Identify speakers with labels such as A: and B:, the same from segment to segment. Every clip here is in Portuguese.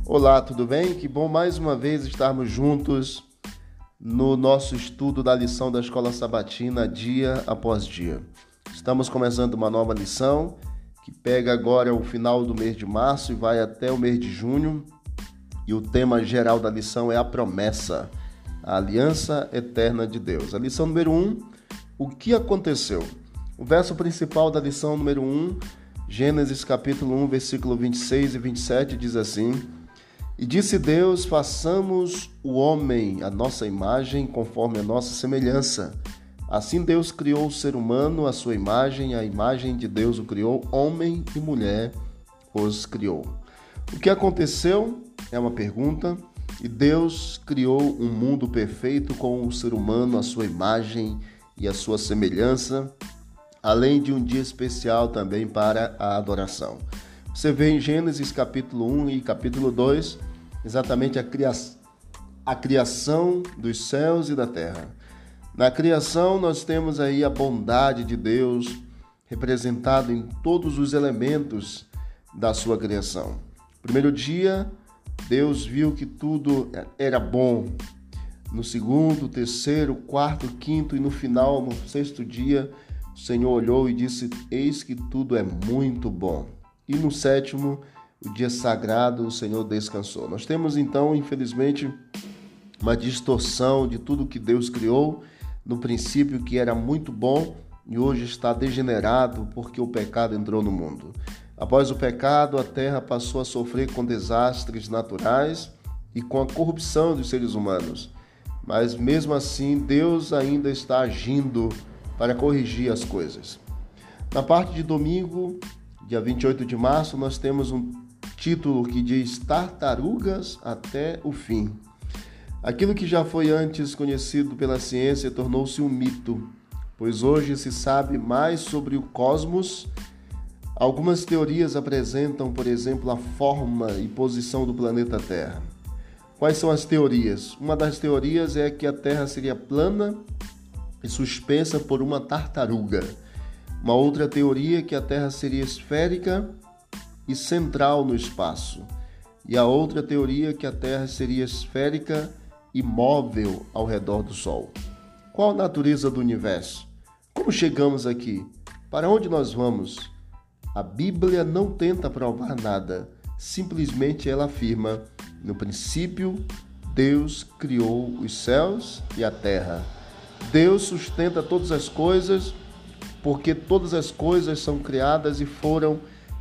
A: Olá, tudo bem? Que bom mais uma vez estarmos juntos no nosso estudo da lição da Escola Sabatina dia após dia. Estamos começando uma nova lição que pega agora o final do mês de março e vai até o mês de junho. E o tema geral da lição é a promessa, a aliança eterna de Deus. A lição número 1, o que aconteceu? O verso principal da lição número 1, Gênesis capítulo 1, versículo 26 e 27, diz assim: E disse Deus, façamos o homem à nossa imagem, conforme a nossa semelhança. Assim Deus criou o ser humano à sua imagem, a imagem de Deus o criou, homem e mulher os criou. O que aconteceu? É uma pergunta. E Deus criou um mundo perfeito com o ser humano à sua imagem e à sua semelhança, além de um dia especial também para a adoração. Você vê em Gênesis capítulo 1 e capítulo 2 exatamente a criação dos céus e da terra. Na criação nós temos aí a bondade de Deus representado em todos os elementos da sua criação. Primeiro dia, Deus viu que tudo era bom. No segundo, terceiro, quarto, quinto e no final, no sexto dia, o Senhor olhou e disse: Eis que tudo é muito bom. E no sétimo, o dia sagrado, o Senhor descansou. Nós temos então, infelizmente, uma distorção de tudo que Deus criou no princípio, que era muito bom e hoje está degenerado porque o pecado entrou no mundo. Após o pecado, a terra passou a sofrer com desastres naturais e com a corrupção dos seres humanos. Mas mesmo assim, Deus ainda está agindo para corrigir as coisas. Na parte de domingo, dia 28 de março, nós temos um título que diz Tartarugas até o fim. Aquilo que já foi antes conhecido pela ciência tornou-se um mito, pois hoje se sabe mais sobre o cosmos. Algumas teorias apresentam, por exemplo, a forma e posição do planeta Terra. Quais são as teorias? Uma das teorias é que a Terra seria plana e suspensa por uma tartaruga. Uma outra teoria é que a Terra seria esférica e central no espaço. E a outra teoria é que a Terra seria esférica e móvel ao redor do Sol. Qual a natureza do universo? Como chegamos aqui? Para onde nós vamos? A Bíblia não tenta provar nada, simplesmente ela afirma: no princípio, Deus criou os céus e a terra. Deus sustenta todas as coisas, porque todas as coisas são criadas e foram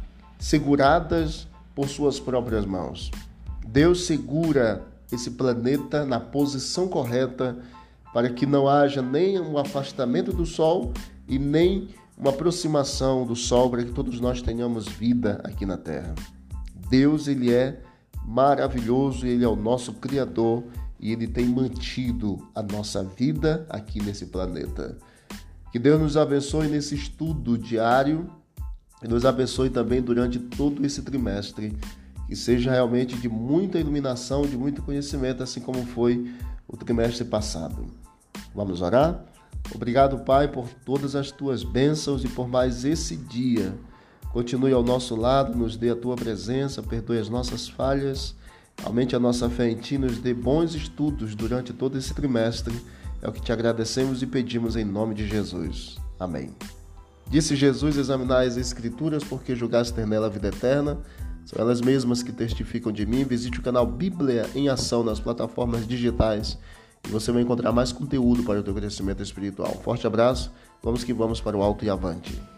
A: seguradas por suas próprias mãos. Deus segura esse planeta na posição correta para que não haja nem um afastamento do Sol e nem uma aproximação do Sol, para que todos nós tenhamos vida aqui na Terra. Deus, Ele é maravilhoso, Ele é o nosso Criador e Ele tem mantido a nossa vida aqui nesse planeta. Que Deus nos abençoe nesse estudo diário e nos abençoe também durante todo esse trimestre, que seja realmente de muita iluminação, de muito conhecimento, assim como foi o trimestre passado. Vamos orar? Obrigado, Pai, por todas as Tuas bênçãos e por mais esse dia. Continue ao nosso lado, nos dê a Tua presença, perdoe as nossas falhas, aumente a nossa fé em Ti, nos dê bons estudos durante todo esse trimestre. É o que Te agradecemos e pedimos em nome de Jesus. Amém. Disse Jesus: examinai as Escrituras, porque julgaste ter nela a vida eterna. São elas mesmas que testificam de mim. Visite o canal Bíblia em Ação nas plataformas digitais e você vai encontrar mais conteúdo para o teu crescimento espiritual. Forte abraço, vamos que vamos para o alto e avante.